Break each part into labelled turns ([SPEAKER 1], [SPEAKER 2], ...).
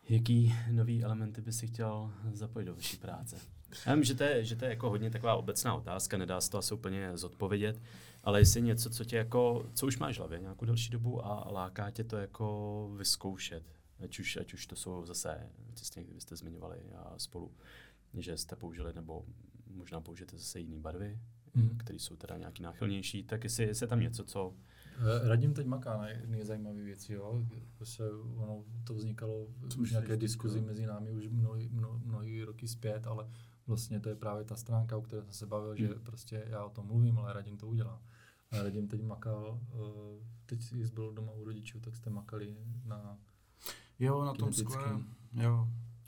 [SPEAKER 1] Jaký nový elementy by si chtěl zapojit do vaší práce? Já vím, že to je jako hodně taková obecná otázka, nedá se to asi úplně zodpovědět, ale jestli něco, co tě jako, co už máš v hlavě nějakou delší dobu a láká tě to jako vyzkoušet, ať už to jsou zase, vy jste zmiňovali a spolu, že jste použili nebo možná použijete zase jiné barvy, které jsou teda nějaký náchylnější, tak jestli je tam něco, co...
[SPEAKER 2] Radim teď maká na nejzajímavé věci, jo. Ono to vznikalo už nějaké diskuzi mezi námi už mnohý roky zpět, ale vlastně to je právě ta stránka, o které jsem se bavil, že prostě já o tom mluvím, ale Radim to udělá. A Radim teď makal, teď jsi byl doma u rodičů, tak jste makali na...
[SPEAKER 3] Jo, na tom skle, jo.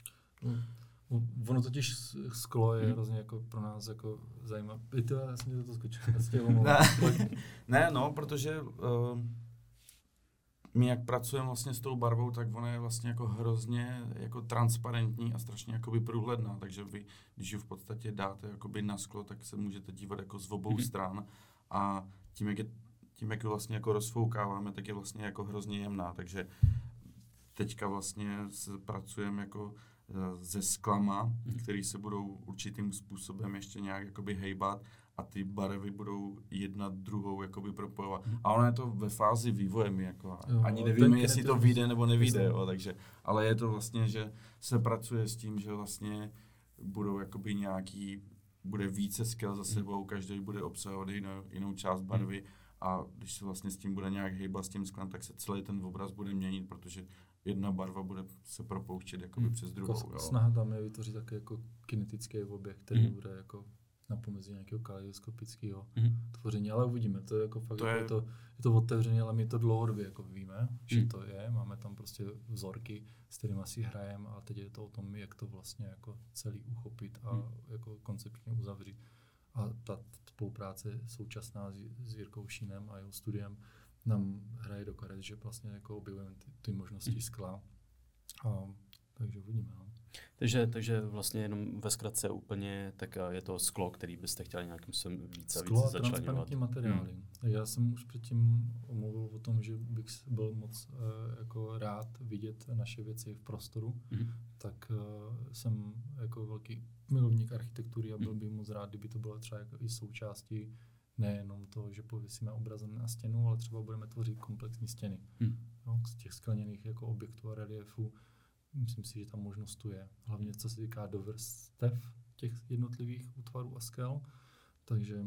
[SPEAKER 2] Ono totiž sklo je hrozně jako pro nás jako zajímavé. Já jsem to skočil.
[SPEAKER 3] Ne, protože my jak pracujeme vlastně s tou barvou, tak ona je vlastně jako hrozně jako transparentní a strašně jakoby průhledná, takže vy, když ji v podstatě dáte jakoby na sklo, tak se můžete dívat jako z obou stran a tím, jak ji vlastně jako rozfoukáváme, tak je vlastně jako hrozně jemná, takže teďka vlastně pracujeme jako se sklama, který se budou určitým způsobem ještě nějak jakoby hejbat a ty barvy budou jedna druhou jakoby propojovat. A ono je to ve fázi vývoje, my jako ani nevíme, jestli to vyjde nebo nevyjde, jo, takže, ale je to vlastně, že se pracuje s tím, že vlastně budou jakoby bude více skel za sebou, každý bude obsahovat jinou část barvy a když se vlastně s tím bude nějak hejbat s tím sklem, tak se celý ten obraz bude měnit, protože jedna barva bude se propouštět jakoby přes druhou.
[SPEAKER 2] Snaha tam je vytvořit taky jako kinetický objekt, který bude jako na pomezí nějakého kaleidoskopického tvoření, ale uvidíme, to je jako fakt, je to otevřené, ale my to dlouhodobě jako víme, že to je, máme tam prostě vzorky, s kterými si hrajeme a teď je to o tom, jak to vlastně jako celý uchopit a jako koncepčně uzavřít. A ta spolupráce současná s Jirkou Šínem a jeho studiem nám hraje do karet, že vlastně jako objevujeme ty možnosti skla. Takže uvidíme. No.
[SPEAKER 1] Takže vlastně jenom ve zkratce úplně, tak je to sklo, který byste chtěli nějakým způsobem více
[SPEAKER 2] začlenovat.
[SPEAKER 1] Sklo a
[SPEAKER 2] transparentní materiály. Já jsem už předtím mluvil o tom, že bych byl moc jako rád vidět naše věci v prostoru, tak jsem jako velký milovník architektury a byl bych moc rád, kdyby to bylo třeba jako i součástí nejenom to, že pověsíme obrazem na stěnu, ale třeba budeme tvořit komplexní stěny. No, z těch skleněných jako objektů a reliefů. Myslím si, že tam možnost tu je. Hlavně co se týká dovrstev těch jednotlivých útvarů a skel. Takže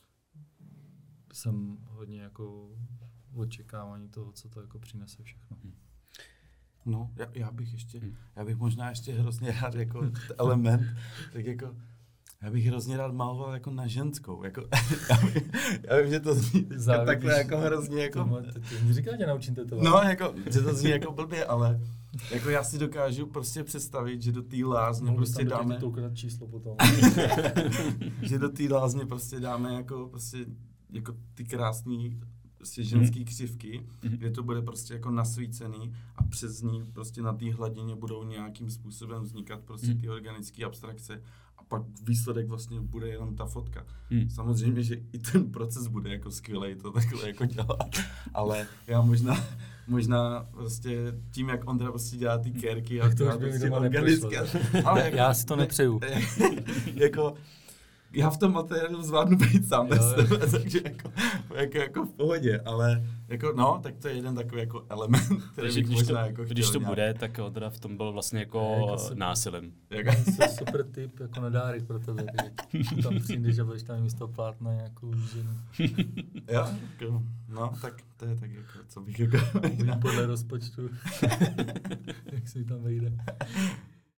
[SPEAKER 2] jsem hodně jako v očekávání toho, co to jako přinese všechno.
[SPEAKER 3] No, já bych možná ještě hrozně rád jako element, tak jako já bych hrozně rád maloval jako na ženskou, jako já vím, že to zní takhle jako hrozně jako...
[SPEAKER 2] Ty říká, že naučím tetovat.
[SPEAKER 3] No, jako, že to zní jako blbě, ale jako já si dokážu prostě představit, že do té lázně prostě dáme...
[SPEAKER 2] číslo potom.
[SPEAKER 3] že do té lázně prostě dáme jako ty krásný prostě ženský křivky, kde to bude prostě jako nasvícený a přes ní prostě na té hladině budou nějakým způsobem vznikat prostě ty organické abstrakce a pak výsledek vlastně bude jenom ta fotka. Samozřejmě, že i ten proces bude jako skvělej to takhle jako dělat, ale já možná prostě tím, jak Ondra prostě dělá ty kérky a to prostě organické.
[SPEAKER 2] Ale jako, já si to nepřeju.
[SPEAKER 3] Jako já v tom materiálu zvládnu být sám bez sebe, takže jako v pohodě, ale jako no, tak to je jeden takový jako element, který bych možná jako chtěl.
[SPEAKER 1] Když to bude, tak Ondra v tom byl vlastně jako násilím.
[SPEAKER 2] Jsem super tip, jako na dárek pro tebe, tam přijdeš a budeš tam místo plátna nějakou ženu.
[SPEAKER 3] Jo, jako, no, tak to je tak jako, co bych jako...
[SPEAKER 2] Podle rozpočtu, jak se mi tam vejde.